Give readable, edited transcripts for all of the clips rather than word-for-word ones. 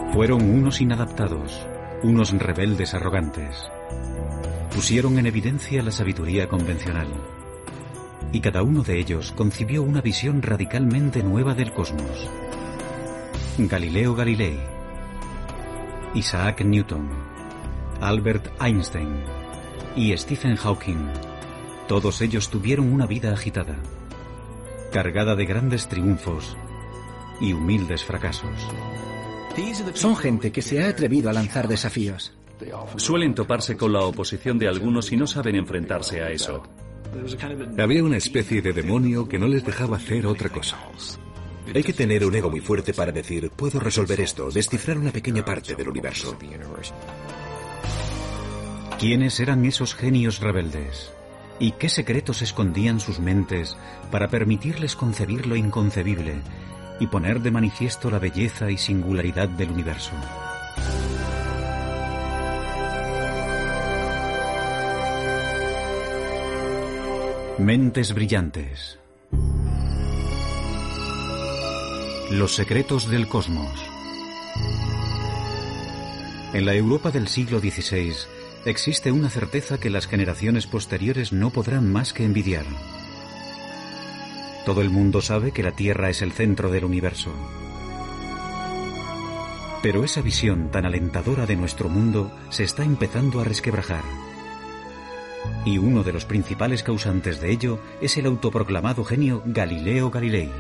Fueron unos inadaptados, unos rebeldes arrogantes. Pusieron en evidencia la sabiduría convencional. Y cada uno de ellos concibió una visión radicalmente nueva del cosmos. Galileo Galilei, Isaac Newton, Albert Einstein y Stephen Hawking. Todos ellos tuvieron una vida agitada, cargada de grandes triunfos y humildes fracasos. Son gente que se ha atrevido a lanzar desafíos. Suelen toparse con la oposición de algunos y no saben enfrentarse a eso. Había una especie de demonio que no les dejaba hacer otra cosa. Hay que tener un ego muy fuerte para decir, puedo resolver esto, descifrar una pequeña parte del universo. ¿Quiénes eran esos genios rebeldes? ¿Y qué secretos escondían sus mentes para permitirles concebir lo inconcebible y poner de manifiesto la belleza y singularidad del universo? Mentes brillantes. Los secretos del cosmos. En la Europa del siglo XVI existe una certeza que las generaciones posteriores no podrán más que envidiar. Todo el mundo sabe que la Tierra es el centro del universo. Pero esa visión tan alentadora de nuestro mundo se está empezando a resquebrajar. Y uno de los principales causantes de ello es el autoproclamado genio Galileo Galilei.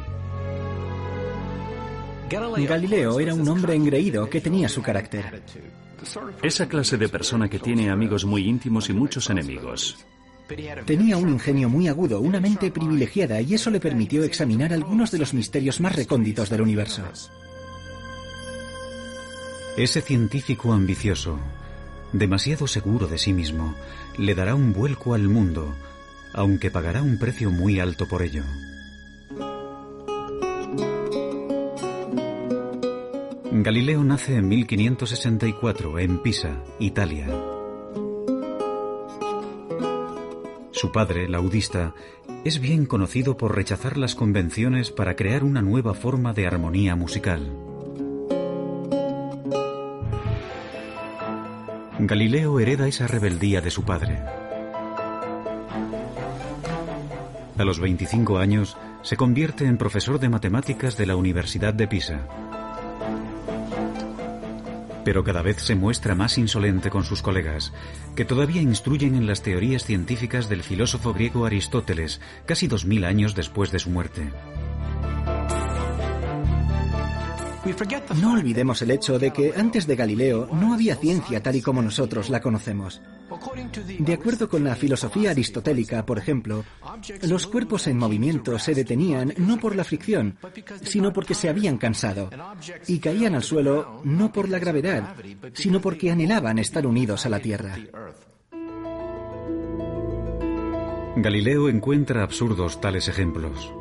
Galileo era un hombre engreído que tenía su carácter. Esa clase de persona que tiene amigos muy íntimos y muchos enemigos. Tenía un ingenio muy agudo, una mente privilegiada, y eso le permitió examinar algunos de los misterios más recónditos del universo. Ese científico ambicioso, demasiado seguro de sí mismo, le dará un vuelco al mundo, aunque pagará un precio muy alto por ello. Galileo nace en 1564 en Pisa, Italia. Su padre, laudista, es bien conocido por rechazar las convenciones para crear una nueva forma de armonía musical. Galileo hereda esa rebeldía de su padre. A los 25 años se convierte en profesor de matemáticas de la Universidad de Pisa. Pero cada vez se muestra más insolente con sus colegas, que todavía instruyen en las teorías científicas del filósofo griego Aristóteles, casi 2000 años después de su muerte. No olvidemos el hecho de que antes de Galileo no había ciencia tal y como nosotros la conocemos. De acuerdo con la filosofía aristotélica, por ejemplo, los cuerpos en movimiento se detenían no por la fricción, sino porque se habían cansado, y caían al suelo no por la gravedad, sino porque anhelaban estar unidos a la Tierra. Galileo encuentra absurdos tales ejemplos.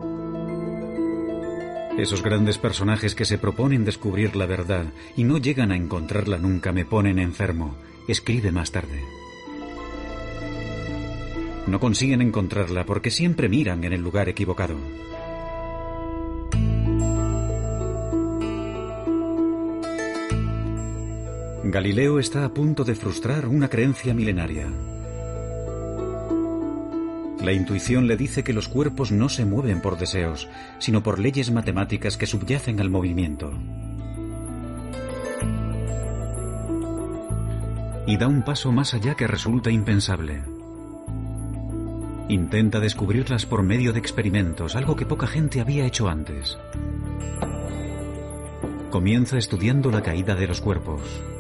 Esos grandes personajes que se proponen descubrir la verdad y no llegan a encontrarla nunca me ponen enfermo, escribe más tarde. No consiguen encontrarla porque siempre miran en el lugar equivocado. Galileo está a punto de frustrar una creencia milenaria. La intuición le dice que los cuerpos no se mueven por deseos, sino por leyes matemáticas que subyacen al movimiento. Y da un paso más allá que resulta impensable. Intenta descubrirlas por medio de experimentos, algo que poca gente había hecho antes. Comienza estudiando la caída de los cuerpos.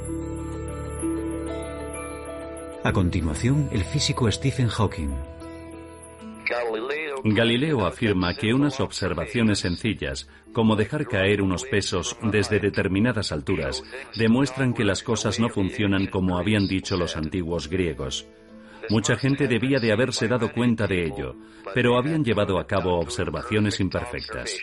A continuación, el físico Stephen Hawking. Galileo afirma que unas observaciones sencillas, como dejar caer unos pesos desde determinadas alturas, demuestran que las cosas no funcionan como habían dicho los antiguos griegos. Mucha gente debía de haberse dado cuenta de ello, pero habían llevado a cabo observaciones imperfectas.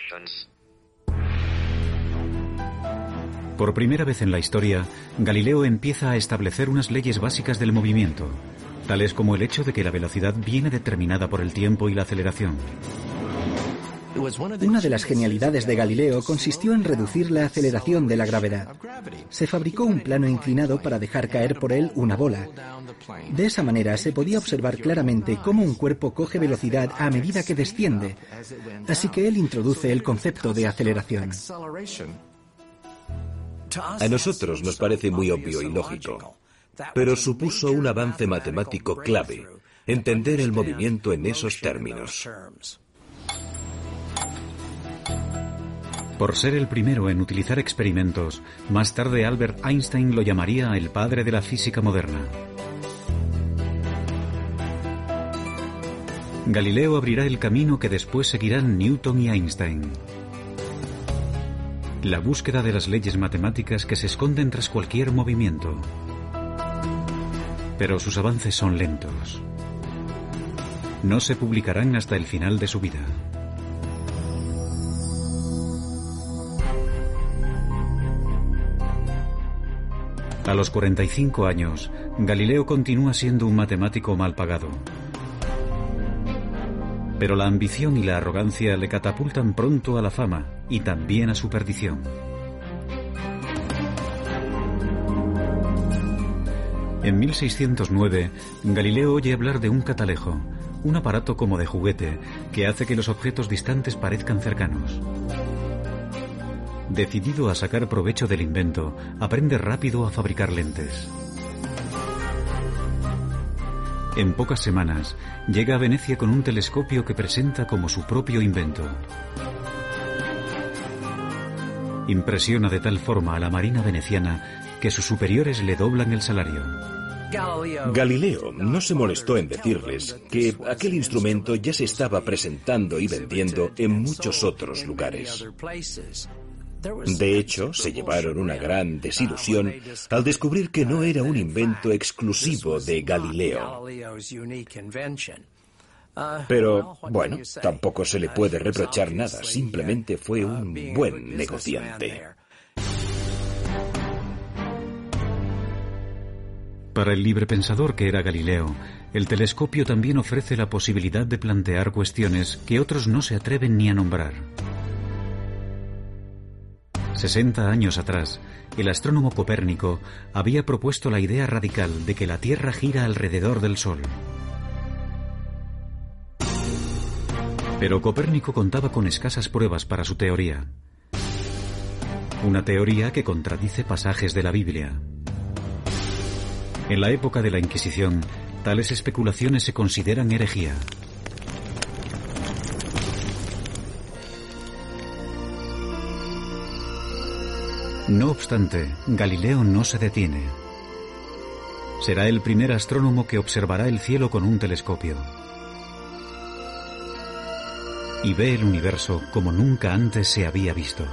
Por primera vez en la historia, Galileo empieza a establecer unas leyes básicas del movimiento, tales como el hecho de que la velocidad viene determinada por el tiempo y la aceleración. Una de las genialidades de Galileo consistió en reducir la aceleración de la gravedad. Se fabricó un plano inclinado para dejar caer por él una bola. De esa manera se podía observar claramente cómo un cuerpo coge velocidad a medida que desciende. Así que él introduce el concepto de aceleración. A nosotros nos parece muy obvio y lógico, pero supuso un avance matemático clave, entender el movimiento en esos términos. Por ser el primero en utilizar experimentos, más tarde Albert Einstein lo llamaría el padre de la física moderna. Galileo abrirá el camino que después seguirán Newton y Einstein. La búsqueda de las leyes matemáticas que se esconden tras cualquier movimiento. Pero sus avances son lentos. No se publicarán hasta el final de su vida. A los 45 años, Galileo continúa siendo un matemático mal pagado. Pero la ambición y la arrogancia le catapultan pronto a la fama y también a su perdición. En 1609, Galileo oye hablar de un catalejo, un aparato como de juguete que hace que los objetos distantes parezcan cercanos. Decidido a sacar provecho del invento, aprende rápido a fabricar lentes. En pocas semanas, llega a Venecia con un telescopio que presenta como su propio invento. Impresiona de tal forma a la marina veneciana que sus superiores le doblan el salario. Galileo no se molestó en decirles que aquel instrumento ya se estaba presentando y vendiendo en muchos otros lugares. De hecho, se llevaron una gran desilusión al descubrir que no era un invento exclusivo de Galileo. Pero, bueno, tampoco se le puede reprochar nada, simplemente fue un buen negociante. Para el librepensador que era Galileo, el telescopio también ofrece la posibilidad de plantear cuestiones que otros no se atreven ni a nombrar. 60 años atrás, el astrónomo Copérnico había propuesto la idea radical de que la Tierra gira alrededor del Sol. Pero Copérnico contaba con escasas pruebas para su teoría. Una teoría que contradice pasajes de la Biblia. En la época de la Inquisición, tales especulaciones se consideran herejía. No obstante, Galileo no se detiene. Será el primer astrónomo que observará el cielo con un telescopio. Y ve el universo como nunca antes se había visto.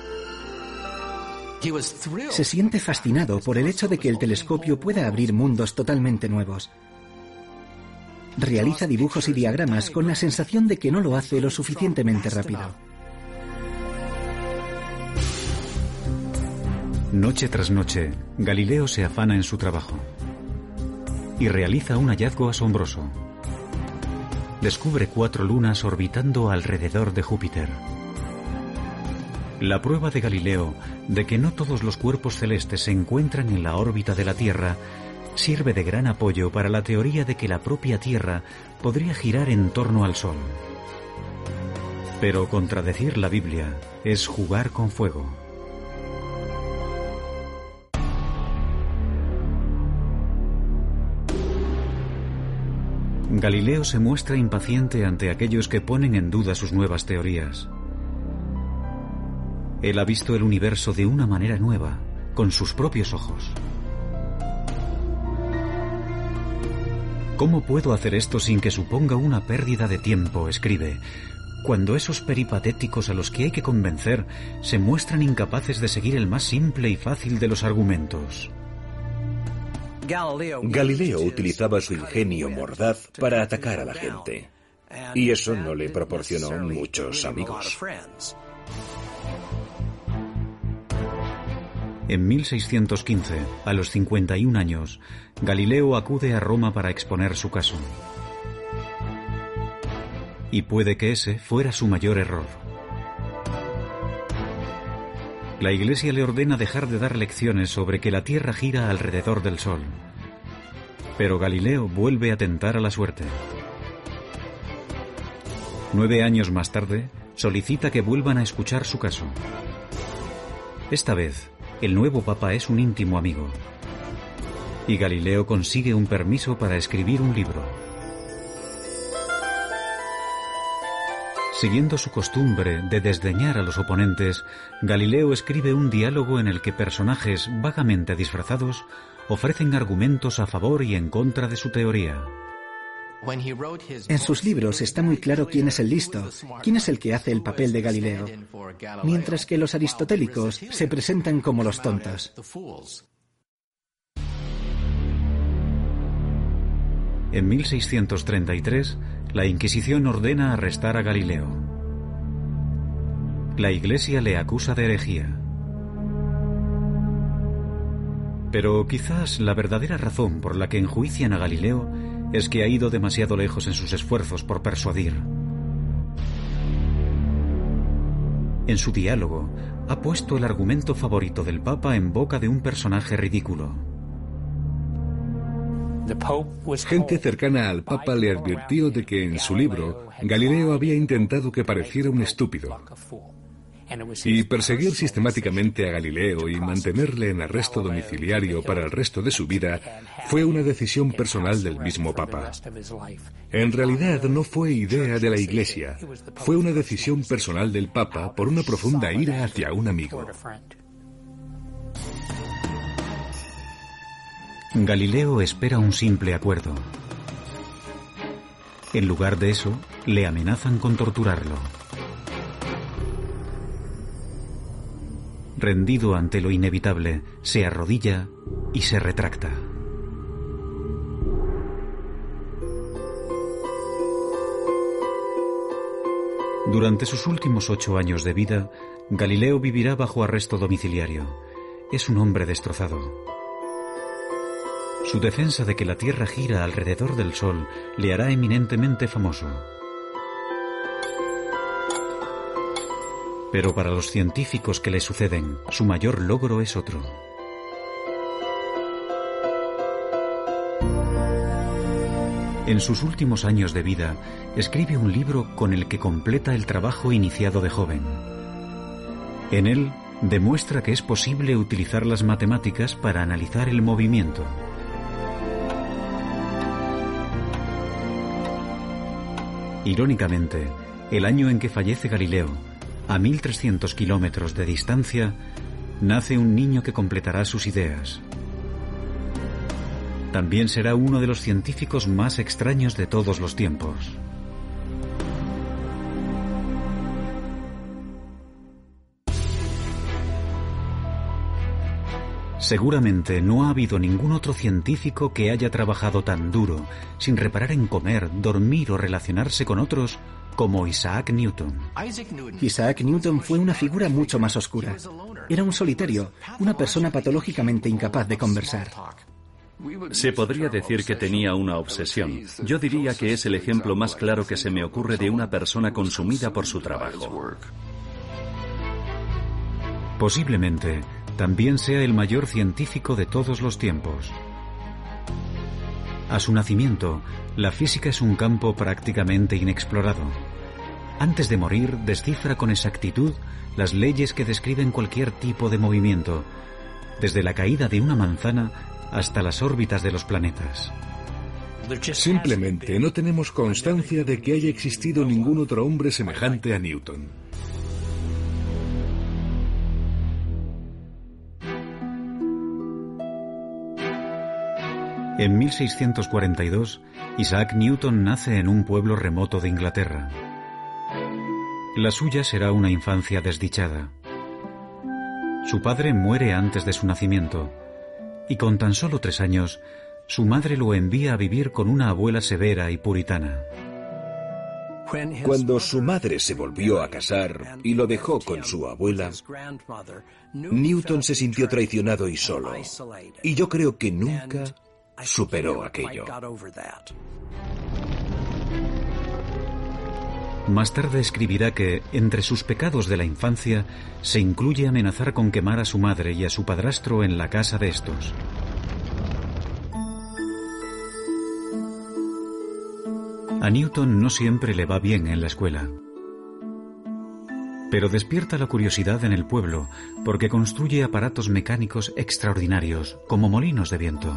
Se siente fascinado por el hecho de que el telescopio pueda abrir mundos totalmente nuevos. Realiza dibujos y diagramas con la sensación de que no lo hace lo suficientemente rápido. Noche tras noche, Galileo se afana en su trabajo y realiza un hallazgo asombroso. Descubre 4 lunas orbitando alrededor de Júpiter. La prueba de Galileo de que no todos los cuerpos celestes se encuentran en la órbita de la Tierra sirve de gran apoyo para la teoría de que la propia Tierra podría girar en torno al Sol. Pero contradecir la Biblia es jugar con fuego. Galileo se muestra impaciente ante aquellos que ponen en duda sus nuevas teorías. Él ha visto el universo de una manera nueva, con sus propios ojos. ¿Cómo puedo hacer esto sin que suponga una pérdida de tiempo?, escribe, cuando esos peripatéticos a los que hay que convencer se muestran incapaces de seguir el más simple y fácil de los argumentos. Galileo utilizaba su ingenio mordaz para atacar a la gente, y eso no le proporcionó muchos amigos. En 1615, a los 51 años, Galileo acude a Roma para exponer su caso. Y puede que ese fuera su mayor error. La Iglesia le ordena dejar de dar lecciones sobre que la Tierra gira alrededor del Sol. Pero Galileo vuelve a tentar a la suerte. 9 años más tarde, solicita que vuelvan a escuchar su caso. Esta vez, el nuevo papa es un íntimo amigo. Y Galileo consigue un permiso para escribir un libro. Siguiendo su costumbre de desdeñar a los oponentes, Galileo escribe un diálogo en el que personajes vagamente disfrazados ofrecen argumentos a favor y en contra de su teoría. En sus libros está muy claro quién es el listo, quién es el que hace el papel de Galileo, mientras que los aristotélicos se presentan como los tontos. En 1633, la Inquisición ordena arrestar a Galileo. La Iglesia le acusa de herejía. Pero quizás la verdadera razón por la que enjuician a Galileo es que ha ido demasiado lejos en sus esfuerzos por persuadir. En su diálogo, ha puesto el argumento favorito del Papa en boca de un personaje ridículo. Gente cercana al Papa le advirtió de que en su libro Galileo había intentado que pareciera un estúpido. Y perseguir sistemáticamente a Galileo y mantenerle en arresto domiciliario para el resto de su vida fue una decisión personal del mismo Papa. En realidad no fue idea de la Iglesia, fue una decisión personal del Papa por una profunda ira hacia un amigo. Galileo espera un simple acuerdo. En lugar de eso, le amenazan con torturarlo. Rendido ante lo inevitable, se arrodilla y se retracta. Durante sus últimos 8 años de vida, Galileo vivirá bajo arresto domiciliario. Es un hombre destrozado. Su defensa de que la Tierra gira alrededor del Sol le hará eminentemente famoso. Pero para los científicos que le suceden, su mayor logro es otro. En sus últimos años de vida, escribe un libro con el que completa el trabajo iniciado de joven. En él, demuestra que es posible utilizar las matemáticas para analizar el movimiento. Irónicamente, el año en que fallece Galileo, a 1300 kilómetros de distancia, nace un niño que completará sus ideas. También será uno de los científicos más extraños de todos los tiempos. Seguramente no ha habido ningún otro científico que haya trabajado tan duro, sin reparar en comer, dormir o relacionarse con otros, como Isaac Newton. Isaac Newton fue una figura mucho más oscura. Era un solitario, una persona patológicamente incapaz de conversar. Se podría decir que tenía una obsesión. Yo diría que es el ejemplo más claro que se me ocurre de una persona consumida por su trabajo. Posiblemente también sea el mayor científico de todos los tiempos. A su nacimiento, la física es un campo prácticamente inexplorado. Antes de morir, descifra con exactitud las leyes que describen cualquier tipo de movimiento, desde la caída de una manzana hasta las órbitas de los planetas. Simplemente no tenemos constancia de que haya existido ningún otro hombre semejante a Newton. En 1642, Isaac Newton nace en un pueblo remoto de Inglaterra. La suya será una infancia desdichada. Su padre muere antes de su nacimiento, y con tan solo 3 años, su madre lo envía a vivir con una abuela severa y puritana. Cuando su madre se volvió a casar y lo dejó con su abuela, Newton se sintió traicionado y solo, y yo creo que nunca superó aquello. Más tarde escribirá que, entre sus pecados de la infancia, se incluye amenazar con quemar a su madre y a su padrastro en la casa de estos. A Newton no siempre le va bien en la escuela, pero despierta la curiosidad en el pueblo porque construye aparatos mecánicos extraordinarios, como molinos de viento.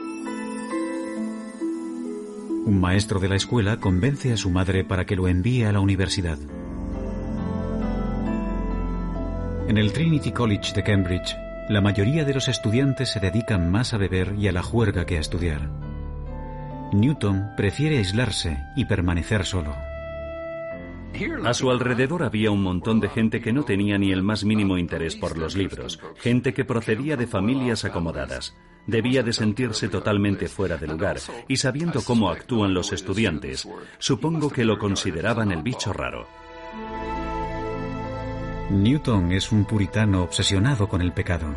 Un maestro de la escuela convence a su madre para que lo envíe a la universidad. En el Trinity College de Cambridge, la mayoría de los estudiantes se dedican más a beber y a la juerga que a estudiar. Newton prefiere aislarse y permanecer solo. A su alrededor había un montón de gente que no tenía ni el más mínimo interés por los libros, gente que procedía de familias acomodadas. Debía de sentirse totalmente fuera de lugar, y sabiendo cómo actúan los estudiantes, supongo que lo consideraban el bicho raro. Newton es un puritano obsesionado con el pecado.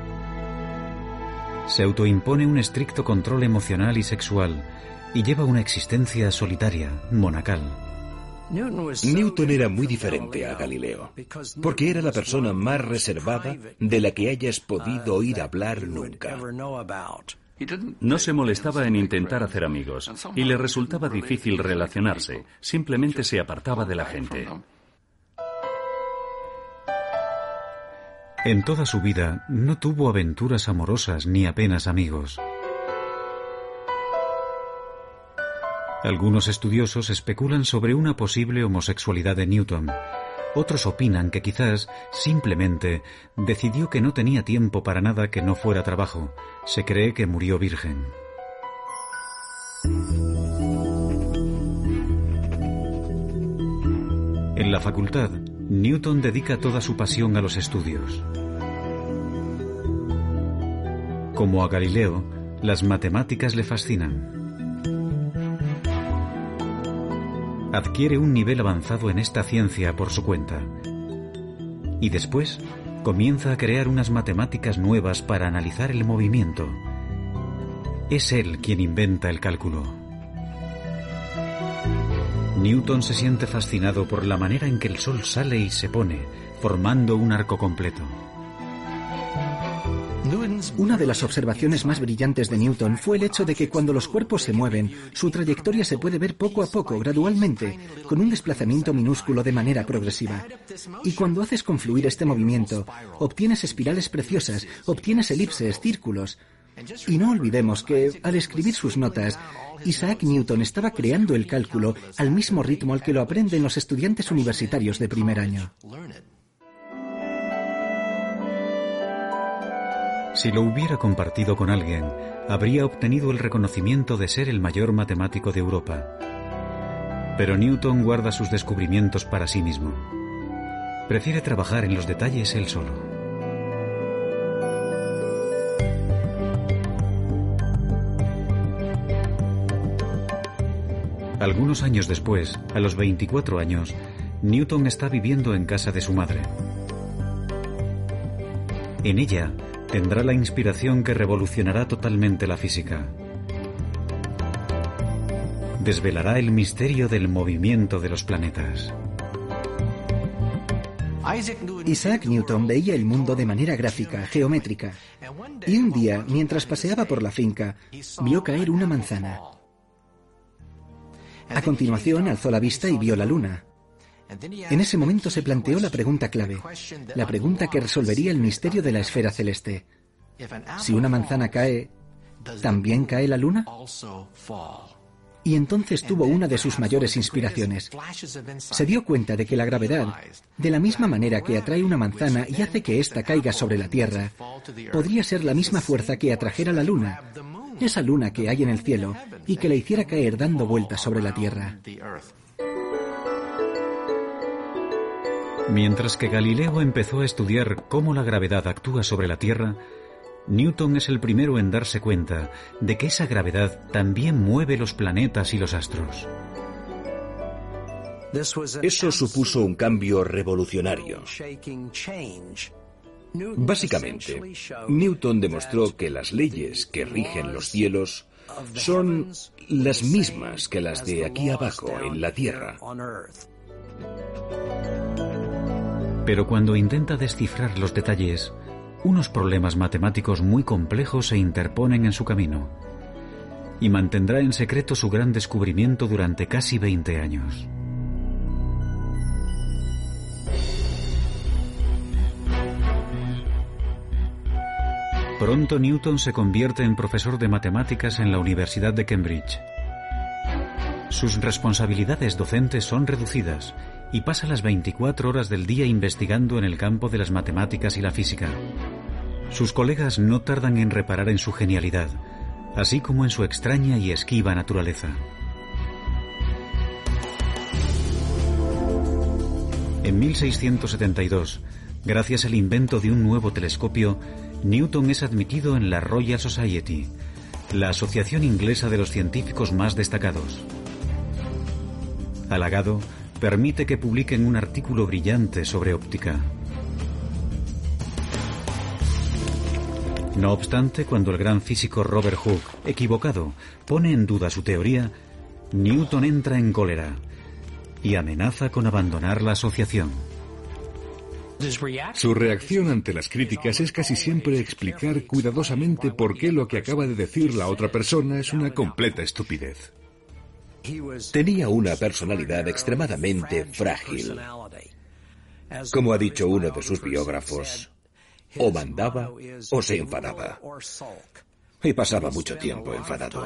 Se autoimpone un estricto control emocional y sexual, y lleva una existencia solitaria, monacal. Newton era muy diferente a Galileo, porque era la persona más reservada de la que hayas podido oír hablar nunca. No se molestaba en intentar hacer amigos, y le resultaba difícil relacionarse, simplemente se apartaba de la gente. En toda su vida no tuvo aventuras amorosas ni apenas amigos. Algunos estudiosos especulan sobre una posible homosexualidad de Newton. Otros opinan que quizás, simplemente, decidió que no tenía tiempo para nada que no fuera trabajo. Se cree que murió virgen. En la facultad, Newton dedica toda su pasión a los estudios. Como a Galileo, las matemáticas le fascinan. Adquiere un nivel avanzado en esta ciencia por su cuenta. Y después comienza a crear unas matemáticas nuevas para analizar el movimiento. Es él quien inventa el cálculo. Newton se siente fascinado por la manera en que el Sol sale y se pone, formando un arco completo. Una de las observaciones más brillantes de Newton fue el hecho de que cuando los cuerpos se mueven, su trayectoria se puede ver poco a poco, gradualmente, con un desplazamiento minúsculo de manera progresiva. Y cuando haces confluir este movimiento, obtienes espirales preciosas, obtienes elipses, círculos. Y no olvidemos que, al escribir sus notas, Isaac Newton estaba creando el cálculo al mismo ritmo al que lo aprenden los estudiantes universitarios de primer año. Si lo hubiera compartido con alguien, habría obtenido el reconocimiento de ser el mayor matemático de Europa. Pero Newton guarda sus descubrimientos para sí mismo. Prefiere trabajar en los detalles él solo. Algunos años después, a los 24 años, Newton está viviendo en casa de su madre. En ella, tendrá la inspiración que revolucionará totalmente la física. Desvelará el misterio del movimiento de los planetas. Isaac Newton veía el mundo de manera gráfica, geométrica. Y un día, mientras paseaba por la finca, vio caer una manzana. A continuación, alzó la vista y vio la luna. En ese momento se planteó la pregunta clave, la pregunta que resolvería el misterio de la esfera celeste. Si una manzana cae, ¿también cae la luna? Y entonces tuvo una de sus mayores inspiraciones. Se dio cuenta de que la gravedad, de la misma manera que atrae una manzana y hace que ésta caiga sobre la Tierra, podría ser la misma fuerza que atrajera la luna, esa luna que hay en el cielo, y que la hiciera caer dando vueltas sobre la Tierra. Mientras que Galileo empezó a estudiar cómo la gravedad actúa sobre la Tierra, Newton es el primero en darse cuenta de que esa gravedad también mueve los planetas y los astros. Eso supuso un cambio revolucionario. Básicamente, Newton demostró que las leyes que rigen los cielos son las mismas que las de aquí abajo en la Tierra. Pero cuando intenta descifrar los detalles, unos problemas matemáticos muy complejos se interponen en su camino y mantendrá en secreto su gran descubrimiento durante casi 20 años. Pronto Newton se convierte en profesor de matemáticas en la Universidad de Cambridge. Sus responsabilidades docentes son reducidas y pasa las 24 horas del día investigando en el campo de las matemáticas y la física. Sus colegas no tardan en reparar en su genialidad, así como en su extraña y esquiva naturaleza. En 1672, gracias al invento de un nuevo telescopio, Newton es admitido en la Royal Society, la asociación inglesa de los científicos más destacados. Halagado, permite que publiquen un artículo brillante sobre óptica. No obstante, cuando el gran físico Robert Hooke, equivocado, pone en duda su teoría, Newton entra en cólera y amenaza con abandonar la asociación. Su reacción ante las críticas es casi siempre explicar cuidadosamente por qué lo que acaba de decir la otra persona es una completa estupidez. Tenía una personalidad extremadamente frágil. Como ha dicho uno de sus biógrafos, o mandaba o se enfadaba. Y pasaba mucho tiempo enfadado.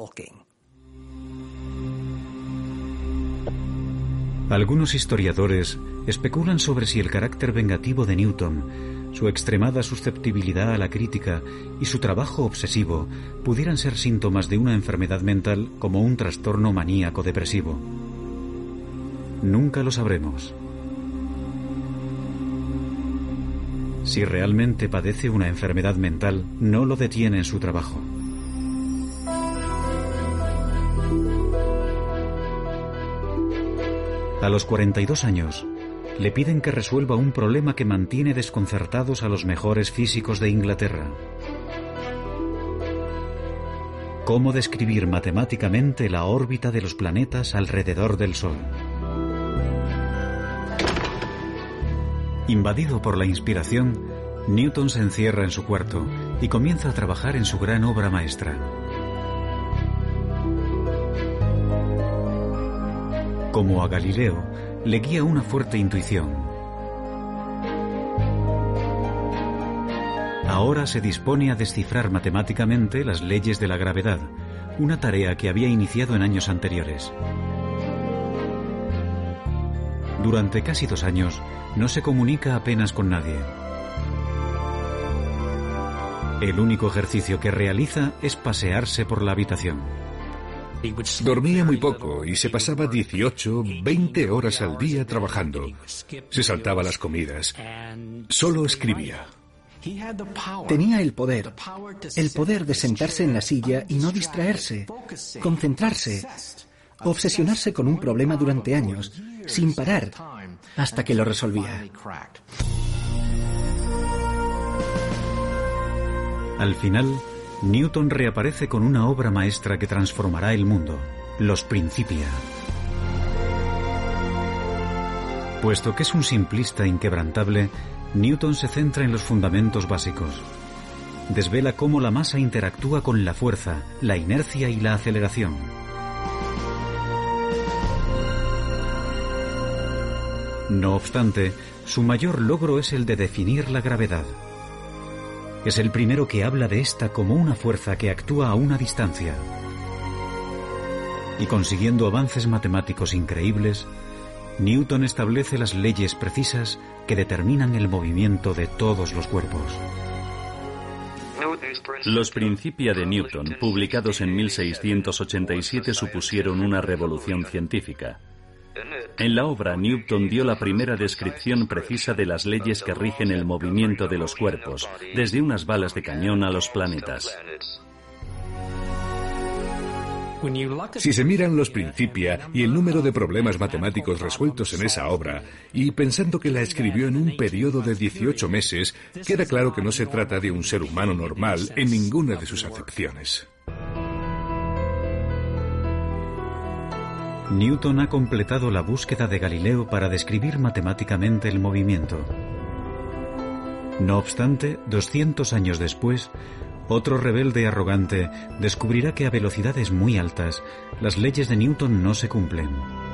Algunos historiadores especulan sobre si el carácter vengativo de Newton, su extremada susceptibilidad a la crítica y su trabajo obsesivo pudieran ser síntomas de una enfermedad mental como un trastorno maníaco-depresivo. Nunca lo sabremos. Si realmente padece una enfermedad mental, no lo detiene en su trabajo. A los 42 años, le piden que resuelva un problema que mantiene desconcertados a los mejores físicos de Inglaterra. ¿Cómo describir matemáticamente la órbita de los planetas alrededor del Sol? Invadido por la inspiración, Newton se encierra en su cuarto y comienza a trabajar en su gran obra maestra. Como a Galileo, le guía una fuerte intuición. Ahora se dispone a descifrar matemáticamente las leyes de la gravedad, una tarea que había iniciado en años anteriores. Durante casi 2 años, no se comunica apenas con nadie. El único ejercicio que realiza es pasearse por la habitación. Dormía muy poco y se pasaba 18, 20 horas al día trabajando. Se saltaba las comidas. Solo escribía. Tenía el poder de sentarse en la silla y no distraerse, concentrarse, obsesionarse con un problema durante años, sin parar, hasta que lo resolvía. Al final, Newton reaparece con una obra maestra que transformará el mundo, Los Principia. Puesto que es un simplista inquebrantable, Newton se centra en los fundamentos básicos. Desvela cómo la masa interactúa con la fuerza, la inercia y la aceleración. No obstante, su mayor logro es el de definir la gravedad. Es el primero que habla de esta como una fuerza que actúa a una distancia. Y consiguiendo avances matemáticos increíbles, Newton establece las leyes precisas que determinan el movimiento de todos los cuerpos. Los Principia de Newton, publicados en 1687, supusieron una revolución científica. En la obra, Newton dio la primera descripción precisa de las leyes que rigen el movimiento de los cuerpos, desde unas balas de cañón a los planetas. Si se miran los Principia y el número de problemas matemáticos resueltos en esa obra, y pensando que la escribió en un periodo de 18 meses, queda claro que no se trata de un ser humano normal en ninguna de sus acepciones. Newton ha completado la búsqueda de Galileo para describir matemáticamente el movimiento. No obstante, 200 años después, otro rebelde arrogante descubrirá que a velocidades muy altas las leyes de Newton no se cumplen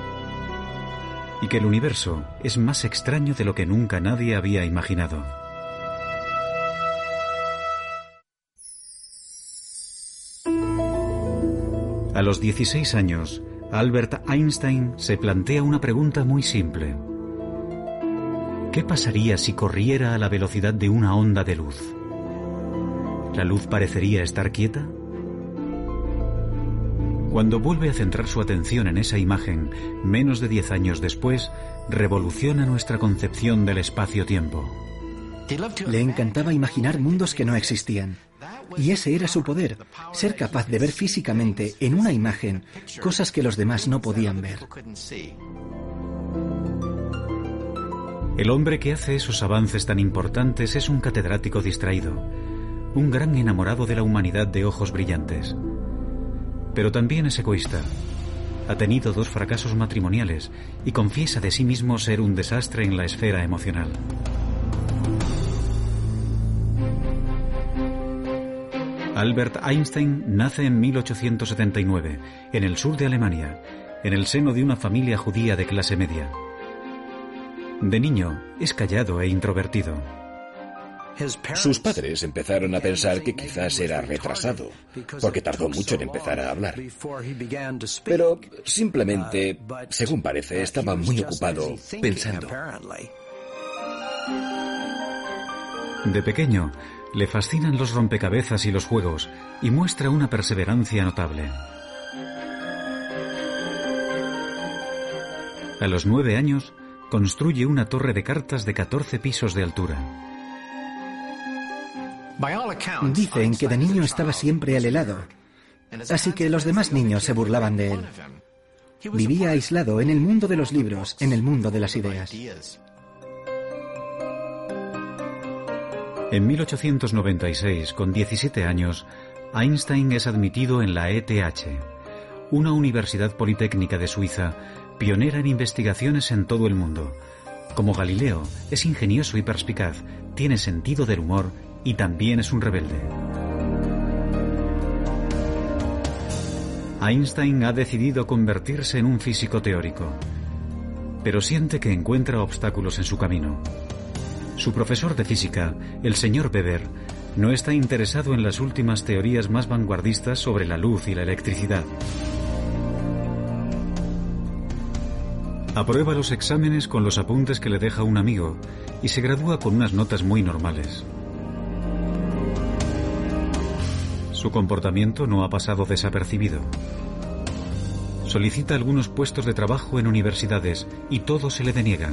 y que el universo es más extraño de lo que nunca nadie había imaginado. A los 16 años, Albert Einstein se plantea una pregunta muy simple. ¿Qué pasaría si corriera a la velocidad de una onda de luz? ¿La luz parecería estar quieta? Cuando vuelve a centrar su atención en esa imagen, menos de 10 años después, revoluciona nuestra concepción del espacio-tiempo. Le encantaba imaginar mundos que no existían. Y ese era su poder, ser capaz de ver físicamente en una imagen cosas que los demás no podían ver. El hombre que hace esos avances tan importantes es un catedrático distraído, un gran enamorado de la humanidad de ojos brillantes. Pero también es egoísta. Ha tenido 2 fracasos matrimoniales y confiesa de sí mismo ser un desastre en la esfera emocional. Albert Einstein nace en 1879, en el sur de Alemania, en el seno de una familia judía de clase media. De niño, es callado e introvertido. Sus padres empezaron a pensar que quizás era retrasado, porque tardó mucho en empezar a hablar. Pero simplemente, según parece, estaba muy ocupado pensando. De pequeño, le fascinan los rompecabezas y los juegos, y muestra una perseverancia notable. A los 9 años, construye una torre de cartas de 14 pisos de altura. Dicen que de niño estaba siempre al helado, así que los demás niños se burlaban de él. Vivía aislado en el mundo de los libros, en el mundo de las ideas. En 1896, con 17 años, Einstein es admitido en la ETH, una universidad politécnica de Suiza, pionera en investigaciones en todo el mundo. Como Galileo, es ingenioso y perspicaz, tiene sentido del humor y también es un rebelde. Einstein ha decidido convertirse en un físico teórico, pero siente que encuentra obstáculos en su camino. Su profesor de física, el señor Weber, no está interesado en las últimas teorías más vanguardistas sobre la luz y la electricidad. Aprueba los exámenes con los apuntes que le deja un amigo y se gradúa con unas notas muy normales. Su comportamiento no ha pasado desapercibido. Solicita algunos puestos de trabajo en universidades y todos se le deniegan.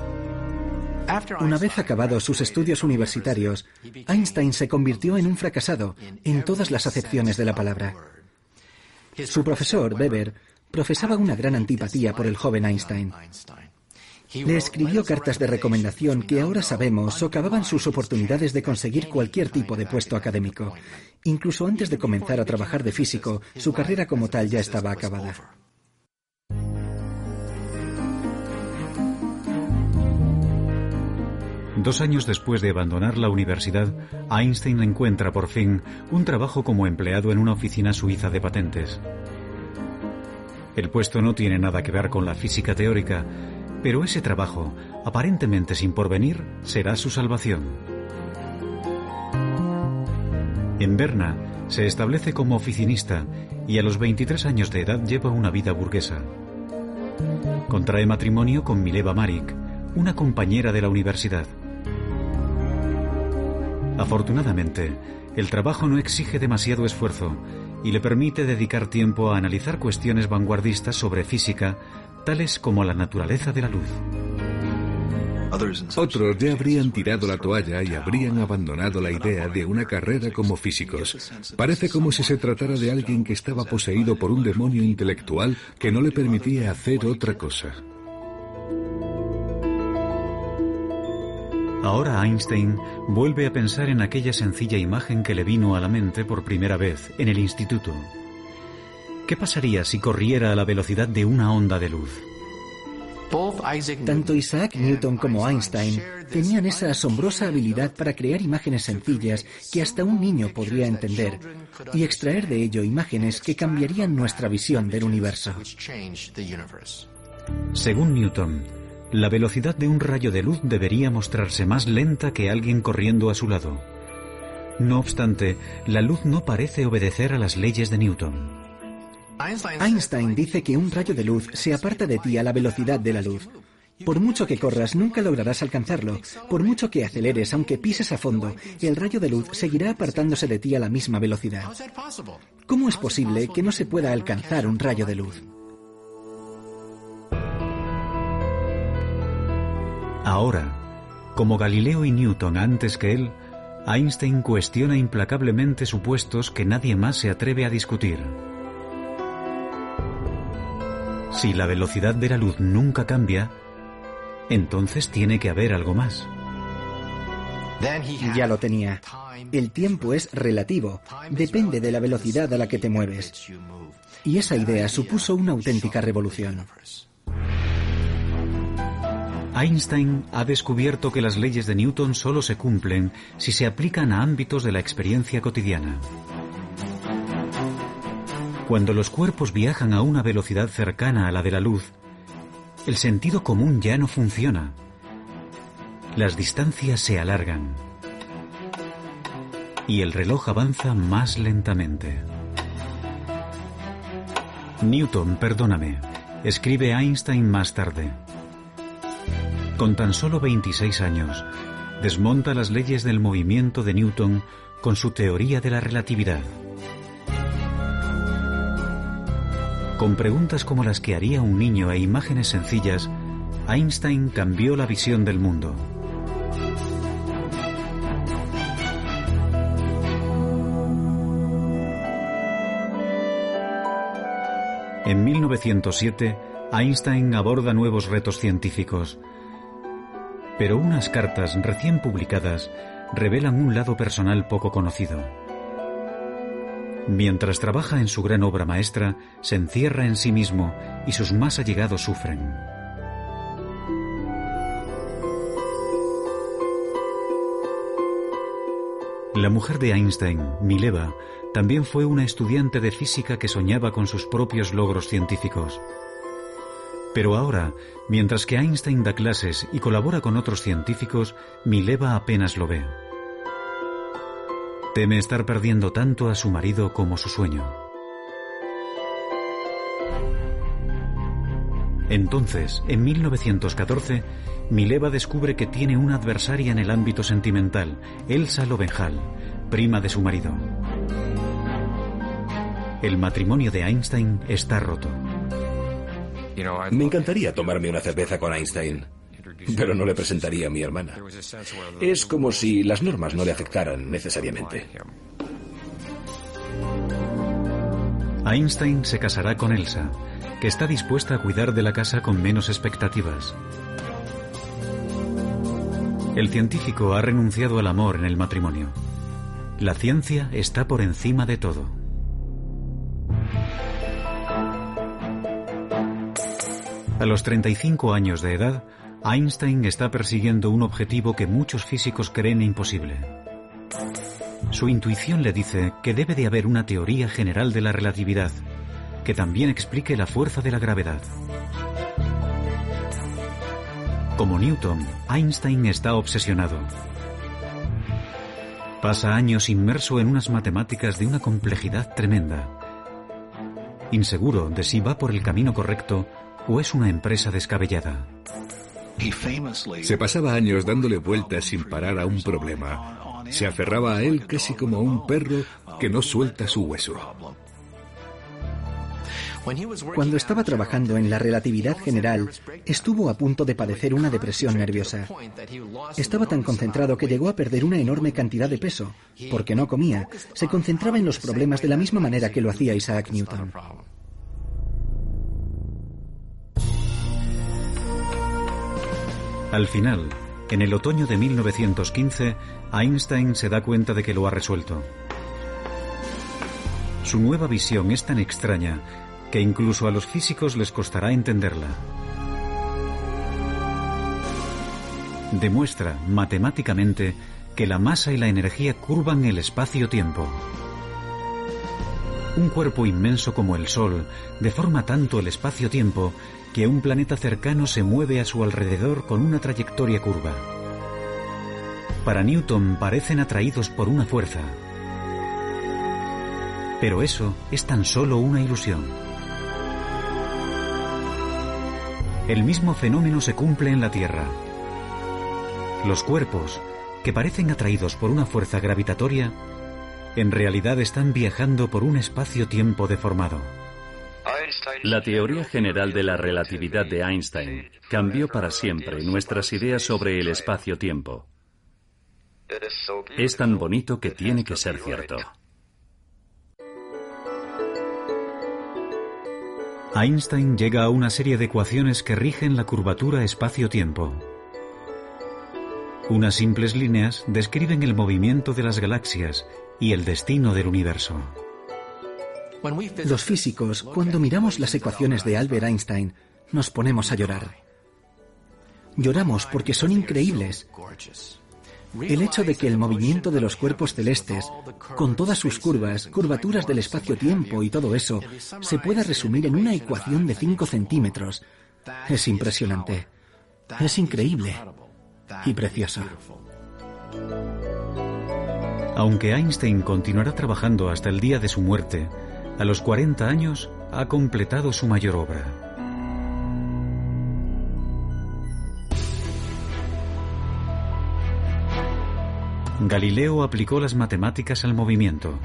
Una vez acabados sus estudios universitarios, Einstein se convirtió en un fracasado en todas las acepciones de la palabra. Su profesor, Weber, profesaba una gran antipatía por el joven Einstein. Le escribió cartas de recomendación que ahora sabemos socavaban sus oportunidades de conseguir cualquier tipo de puesto académico. Incluso antes de comenzar a trabajar de físico, su carrera como tal ya estaba acabada. Dos años después de abandonar la universidad, Einstein encuentra por fin un trabajo como empleado en una oficina suiza de patentes. El puesto no tiene nada que ver con la física teórica, pero ese trabajo, aparentemente sin porvenir, será su salvación. En Berna se establece como oficinista y a los 23 años de edad lleva una vida burguesa. Contrae matrimonio con Mileva Marik, una compañera de la universidad. Afortunadamente, el trabajo no exige demasiado esfuerzo y le permite dedicar tiempo a analizar cuestiones vanguardistas sobre física, tales como la naturaleza de la luz. Otros ya habrían tirado la toalla y habrían abandonado la idea de una carrera como físicos. Parece como si se tratara de alguien que estaba poseído por un demonio intelectual que no le permitía hacer otra cosa. Ahora Einstein vuelve a pensar en aquella sencilla imagen que le vino a la mente por primera vez en el instituto. ¿Qué pasaría si corriera a la velocidad de una onda de luz? Tanto Isaac Newton como Einstein tenían esa asombrosa habilidad para crear imágenes sencillas que hasta un niño podría entender y extraer de ello imágenes que cambiarían nuestra visión del universo. Según Newton, la velocidad de un rayo de luz debería mostrarse más lenta que alguien corriendo a su lado. No obstante, la luz no parece obedecer a las leyes de Newton. Einstein dice que un rayo de luz se aparta de ti a la velocidad de la luz. Por mucho que corras, nunca lograrás alcanzarlo. Por mucho que aceleres, aunque pises a fondo, el rayo de luz seguirá apartándose de ti a la misma velocidad. ¿Cómo es posible que no se pueda alcanzar un rayo de luz? Ahora, como Galileo y Newton antes que él, Einstein cuestiona implacablemente supuestos que nadie más se atreve a discutir. Si la velocidad de la luz nunca cambia, entonces tiene que haber algo más. Ya lo tenía. El tiempo es relativo, depende de la velocidad a la que te mueves. Y esa idea supuso una auténtica revolución. Einstein ha descubierto que las leyes de Newton solo se cumplen si se aplican a ámbitos de la experiencia cotidiana. Cuando los cuerpos viajan a una velocidad cercana a la de la luz, el sentido común ya no funciona. Las distancias se alargan y el reloj avanza más lentamente. Newton, perdóname, escribe Einstein más tarde. Con tan solo 26 años, desmonta las leyes del movimiento de Newton con su teoría de la relatividad. Con preguntas como las que haría un niño e imágenes sencillas, Einstein cambió la visión del mundo. En 1907, Einstein aborda nuevos retos científicos. Pero unas cartas recién publicadas revelan un lado personal poco conocido. Mientras trabaja en su gran obra maestra, se encierra en sí mismo y sus más allegados sufren. La mujer de Einstein, Mileva, también fue una estudiante de física que soñaba con sus propios logros científicos. Pero ahora, mientras que Einstein da clases y colabora con otros científicos, Mileva apenas lo ve. Teme estar perdiendo tanto a su marido como su sueño. Entonces, en 1914, Mileva descubre que tiene una adversaria en el ámbito sentimental, Elsa Lowenthal, prima de su marido. El matrimonio de Einstein está roto. Me encantaría tomarme una cerveza con Einstein, pero no le presentaría a mi hermana. Es como si las normas no le afectaran necesariamente. Einstein se casará con Elsa, que está dispuesta a cuidar de la casa con menos expectativas. El científico ha renunciado al amor en el matrimonio. La ciencia está por encima de todo. A los 35 años de edad, Einstein está persiguiendo un objetivo que muchos físicos creen imposible. Su intuición le dice que debe de haber una teoría general de la relatividad, que también explique la fuerza de la gravedad. Como Newton, Einstein está obsesionado. Pasa años inmerso en unas matemáticas de una complejidad tremenda. Inseguro de si va por el camino correcto o es una empresa descabellada. Se pasaba años dándole vueltas sin parar a un problema. Se aferraba a él casi como a un perro que no suelta su hueso. Cuando estaba trabajando en la relatividad general, estuvo a punto de padecer una depresión nerviosa. Estaba tan concentrado que llegó a perder una enorme cantidad de peso. Porque no comía, se concentraba en los problemas de la misma manera que lo hacía Isaac Newton. Al final, en el otoño de 1915, Einstein se da cuenta de que lo ha resuelto. Su nueva visión es tan extraña que incluso a los físicos les costará entenderla. Demuestra matemáticamente que la masa y la energía curvan el espacio-tiempo. Un cuerpo inmenso como el Sol deforma tanto el espacio-tiempo que un planeta cercano se mueve a su alrededor con una trayectoria curva. Para Newton parecen atraídos por una fuerza. Pero eso es tan solo una ilusión. El mismo fenómeno se cumple en la Tierra. Los cuerpos, que parecen atraídos por una fuerza gravitatoria, en realidad están viajando por un espacio-tiempo deformado. La teoría general de la relatividad de Einstein cambió para siempre nuestras ideas sobre el espacio-tiempo. Es tan bonito que tiene que ser cierto. Einstein llega a una serie de ecuaciones que rigen la curvatura espacio-tiempo. Unas simples líneas describen el movimiento de las galaxias y el destino del universo. Los físicos, cuando miramos las ecuaciones de Albert Einstein, nos ponemos a llorar. Lloramos porque son increíbles. El hecho de que el movimiento de los cuerpos celestes, con todas sus curvas, curvaturas del espacio-tiempo y todo eso, se pueda resumir en una ecuación de 5 centímetros, es impresionante. Es increíble y precioso. Aunque Einstein continuará trabajando hasta el día de su muerte, a los 40 años ha completado su mayor obra. Galileo aplicó las matemáticas al movimiento.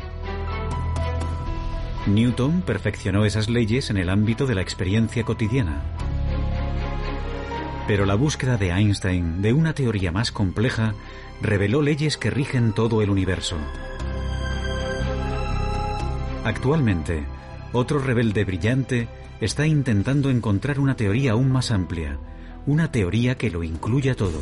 Newton perfeccionó esas leyes en el ámbito de la experiencia cotidiana. Pero la búsqueda de Einstein de una teoría más compleja reveló leyes que rigen todo el universo. Actualmente, otro rebelde brillante está intentando encontrar una teoría aún más amplia, una teoría que lo incluya todo.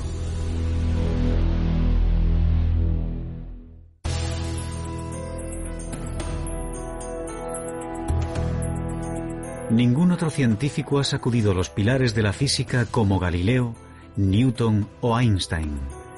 Ningún otro científico ha sacudido los pilares de la física como Galileo, Newton o Einstein.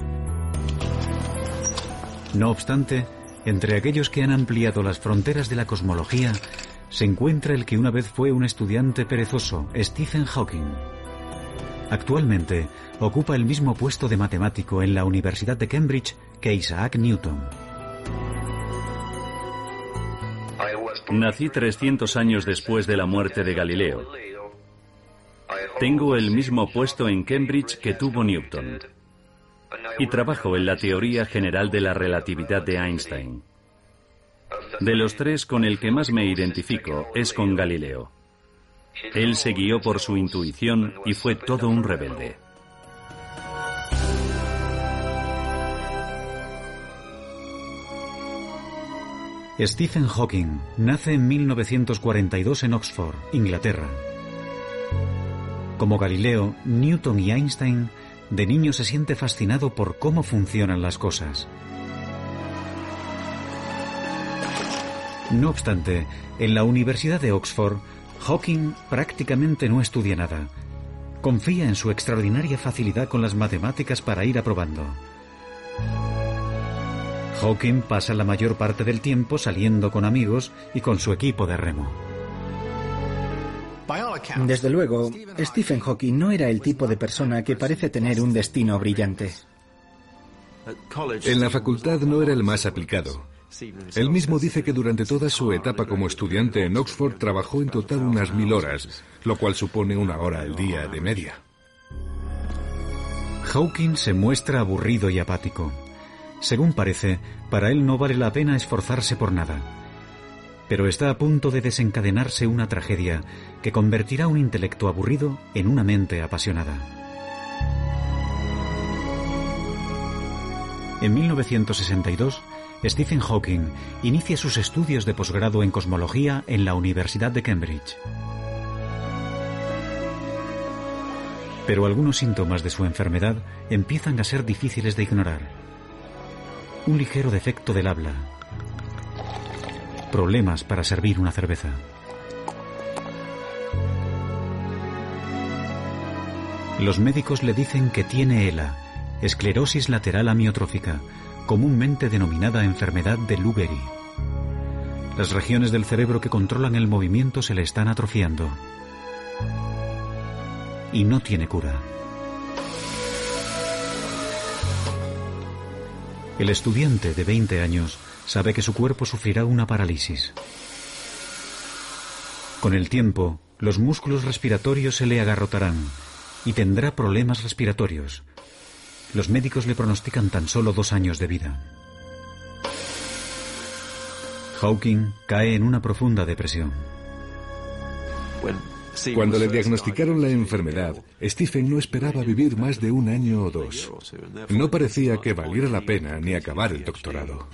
No obstante, entre aquellos que han ampliado las fronteras de la cosmología, se encuentra el que una vez fue un estudiante perezoso, Stephen Hawking. Actualmente, ocupa el mismo puesto de matemático en la Universidad de Cambridge que Isaac Newton. Nací 300 años después de la muerte de Galileo. Tengo el mismo puesto en Cambridge que tuvo Newton. Y trabajo en la teoría general de la relatividad de Einstein. De los tres, con el que más me identifico es con Galileo. Él se guió por su intuición y fue todo un rebelde. Stephen Hawking nace en 1942 en Oxford, Inglaterra. Como Galileo, Newton y Einstein, de niño se siente fascinado por cómo funcionan las cosas. No obstante, en la Universidad de Oxford, Hawking prácticamente no estudia nada. Confía en su extraordinaria facilidad con las matemáticas para ir aprobando. Hawking pasa la mayor parte del tiempo saliendo con amigos y con su equipo de remo. Desde luego, Stephen Hawking no era el tipo de persona que parece tener un destino brillante. En la facultad no era el más aplicado. Él mismo dice que durante toda su etapa como estudiante en Oxford trabajó en total unas 1000 horas, lo cual supone 1 hora al día de media. Hawking se muestra aburrido y apático. Según parece, para él no vale la pena esforzarse por nada. Pero está a punto de desencadenarse una tragedia que convertirá un intelecto aburrido en una mente apasionada. En 1962, Stephen Hawking inicia sus estudios de posgrado en cosmología en la Universidad de Cambridge. Pero algunos síntomas de su enfermedad empiezan a ser difíciles de ignorar. Un ligero defecto del habla, problemas para servir una cerveza. Los médicos le dicen que tiene ELA, esclerosis lateral amiotrófica, comúnmente denominada enfermedad de Lou Gehrig. Las regiones del cerebro que controlan el movimiento se le están atrofiando. Y no tiene cura. El estudiante de 20 años sabe que su cuerpo sufrirá una parálisis. Con el tiempo, los músculos respiratorios se le agarrotarán y tendrá problemas respiratorios. Los médicos le pronostican tan solo 2 años de vida. Hawking cae en una profunda depresión. Cuando le diagnosticaron la enfermedad, Stephen no esperaba vivir más de 1 año o 2. No parecía que valiera la pena ni acabar el doctorado.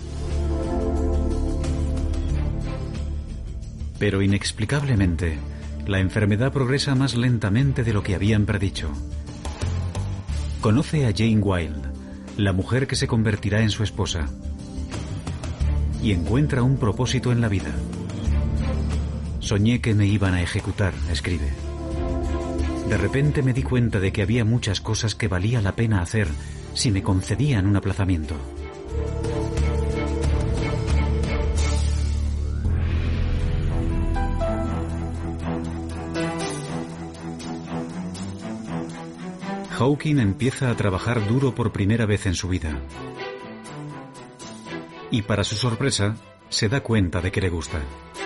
Pero inexplicablemente, la enfermedad progresa más lentamente de lo que habían predicho. Conoce a Jane Wilde, la mujer que se convertirá en su esposa, y encuentra un propósito en la vida. Soñé que me iban a ejecutar, escribe. De repente me di cuenta de que había muchas cosas que valía la pena hacer si me concedían un aplazamiento. Hawking empieza a trabajar duro por primera vez en su vida. Y para su sorpresa, se da cuenta de que le gusta.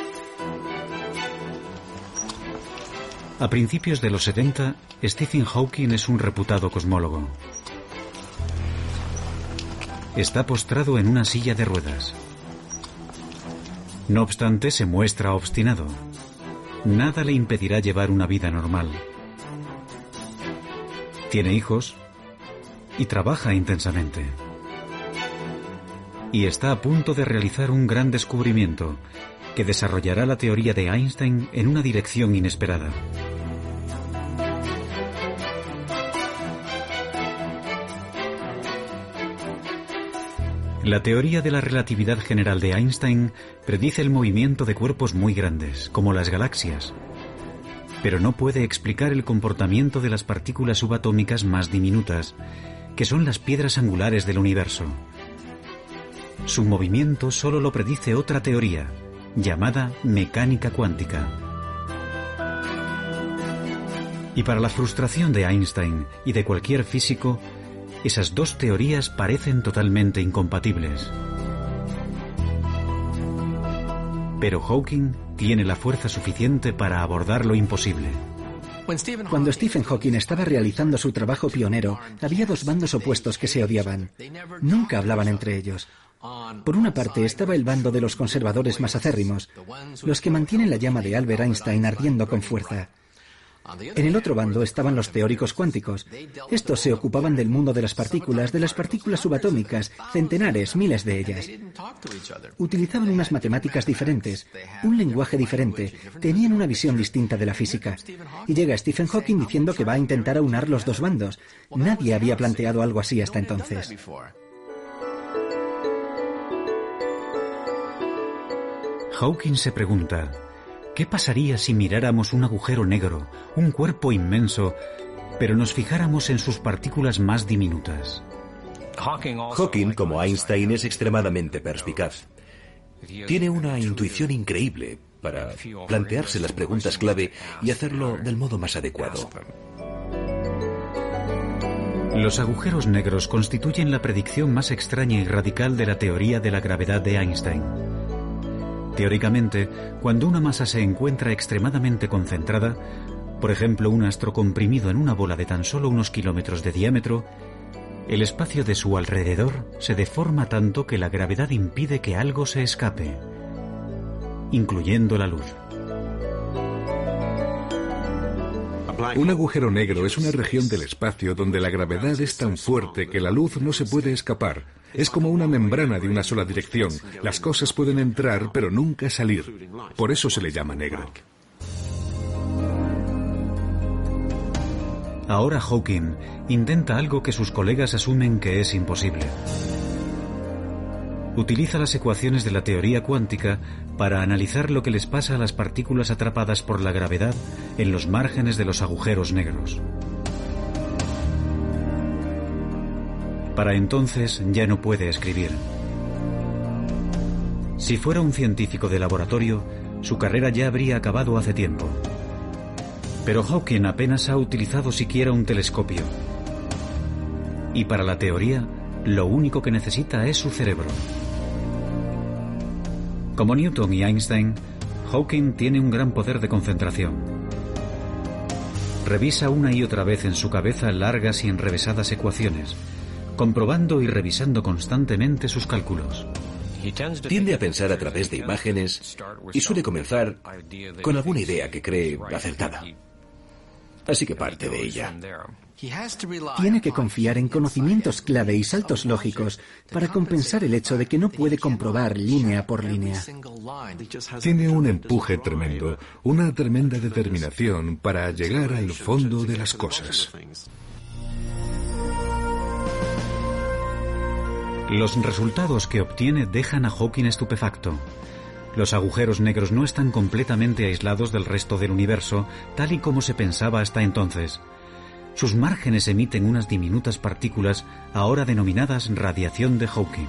A principios de los 70, Stephen Hawking es un reputado cosmólogo. Está postrado en una silla de ruedas. No obstante, se muestra obstinado. Nada le impedirá llevar una vida normal. Tiene hijos y trabaja intensamente. Y está a punto de realizar un gran descubrimiento que desarrollará la teoría de Einstein en una dirección inesperada. La teoría de la relatividad general de Einstein predice el movimiento de cuerpos muy grandes, como las galaxias, pero no puede explicar el comportamiento de las partículas subatómicas más diminutas, que son las piedras angulares del universo. Su movimiento solo lo predice otra teoría, llamada mecánica cuántica. Y para la frustración de Einstein y de cualquier físico, esas dos teorías parecen totalmente incompatibles. Pero Hawking tiene la fuerza suficiente para abordar lo imposible. Cuando Stephen Hawking estaba realizando su trabajo pionero, había 2 bandos opuestos que se odiaban. Nunca hablaban entre ellos. Por una parte estaba el bando de los conservadores más acérrimos, los que mantienen la llama de Albert Einstein ardiendo con fuerza. En el otro bando estaban los teóricos cuánticos. Estos se ocupaban del mundo de las partículas subatómicas, centenares, miles de ellas. Utilizaban unas matemáticas diferentes, un lenguaje diferente, tenían una visión distinta de la física. Y llega Stephen Hawking diciendo que va a intentar aunar los 2 bandos. Nadie había planteado algo así hasta entonces. Hawking se pregunta: ¿qué pasaría si miráramos un agujero negro, un cuerpo inmenso, pero nos fijáramos en sus partículas más diminutas? Hawking, como Einstein, es extremadamente perspicaz. Tiene una intuición increíble para plantearse las preguntas clave y hacerlo del modo más adecuado. Los agujeros negros constituyen la predicción más extraña y radical de la teoría de la gravedad de Einstein. Teóricamente, cuando una masa se encuentra extremadamente concentrada, por ejemplo un astro comprimido en una bola de tan solo unos kilómetros de diámetro, el espacio de su alrededor se deforma tanto que la gravedad impide que algo se escape, incluyendo la luz. Un agujero negro es una región del espacio donde la gravedad es tan fuerte que la luz no se puede escapar. Es como una membrana de una sola dirección. Las cosas pueden entrar, pero nunca salir. Por eso se le llama negro. Ahora Hawking intenta algo que sus colegas asumen que es imposible. Utiliza las ecuaciones de la teoría cuántica para analizar lo que les pasa a las partículas atrapadas por la gravedad en los márgenes de los agujeros negros. Para entonces ya no puede escribir. Si fuera un científico de laboratorio, su carrera ya habría acabado hace tiempo. Pero Hawking apenas ha utilizado siquiera un telescopio. Y para la teoría, lo único que necesita es su cerebro. Como Newton y Einstein, Hawking tiene un gran poder de concentración. Revisa una y otra vez en su cabeza largas y enrevesadas ecuaciones, comprobando y revisando constantemente sus cálculos. Tiende a pensar a través de imágenes y suele comenzar con alguna idea que cree acertada. Así que parte de ella. Tiene que confiar en conocimientos clave y saltos lógicos para compensar el hecho de que no puede comprobar línea por línea. Tiene un empuje tremendo, una tremenda determinación para llegar al fondo de las cosas. Los resultados que obtiene dejan a Hawking estupefacto. Los agujeros negros no están completamente aislados del resto del universo, tal y como se pensaba hasta entonces. Sus márgenes emiten unas diminutas partículas, ahora denominadas radiación de Hawking.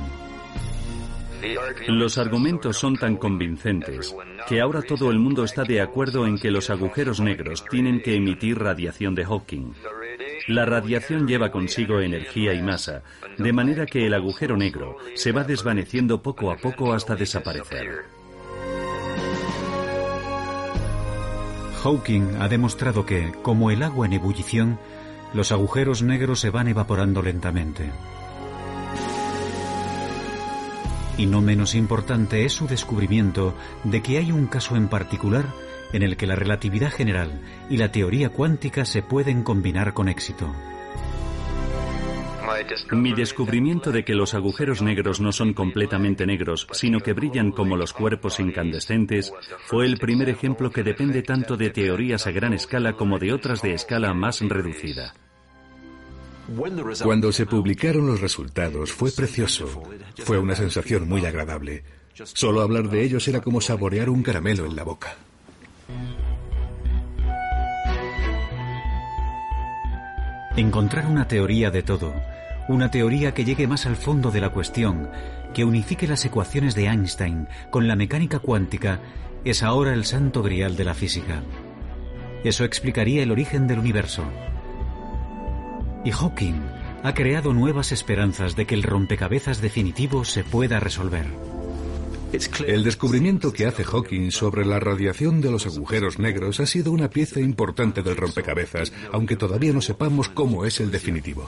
Los argumentos son tan convincentes que ahora todo el mundo está de acuerdo en que los agujeros negros tienen que emitir radiación de Hawking. La radiación lleva consigo energía y masa, de manera que el agujero negro se va desvaneciendo poco a poco hasta desaparecer. Hawking ha demostrado que, como el agua en ebullición, los agujeros negros se van evaporando lentamente. Y no menos importante es su descubrimiento de que hay un caso en particular en el que la relatividad general y la teoría cuántica se pueden combinar con éxito. Mi descubrimiento de que los agujeros negros no son completamente negros, sino que brillan como los cuerpos incandescentes, fue el primer ejemplo que depende tanto de teorías a gran escala como de otras de escala más reducida. Cuando se publicaron los resultados fue precioso. Fue una sensación muy agradable. Solo hablar de ellos era como saborear un caramelo en la boca. Encontrar una teoría de todo, una teoría que llegue más al fondo de la cuestión, que unifique las ecuaciones de Einstein con la mecánica cuántica, es ahora el santo grial de la física. Eso explicaría el origen del universo. Y Hawking ha creado nuevas esperanzas de que el rompecabezas definitivo se pueda resolver. El descubrimiento que hace Hawking sobre la radiación de los agujeros negros ha sido una pieza importante del rompecabezas, aunque todavía no sepamos cómo es el definitivo.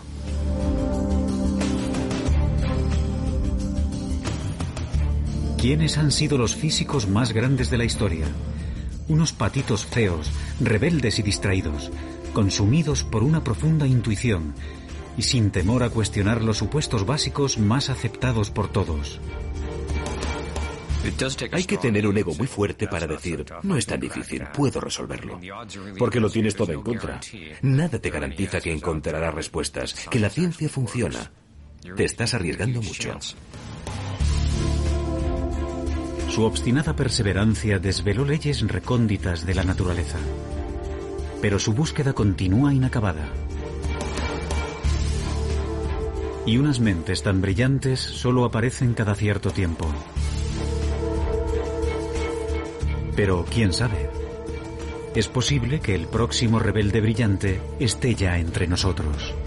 ¿Quiénes han sido los físicos más grandes de la historia? Unos patitos feos, rebeldes y distraídos, consumidos por una profunda intuición y sin temor a cuestionar los supuestos básicos más aceptados por todos. Hay que tener un ego muy fuerte para decir, no es tan difícil, puedo resolverlo. Porque lo tienes todo en contra. Nada te garantiza que encontrarás respuestas, que la ciencia funciona. Te estás arriesgando mucho. Su obstinada perseverancia desveló leyes recónditas de la naturaleza. Pero su búsqueda continúa inacabada. Y unas mentes tan brillantes solo aparecen cada cierto tiempo. Pero, ¿quién sabe? Es posible que el próximo rebelde brillante esté ya entre nosotros.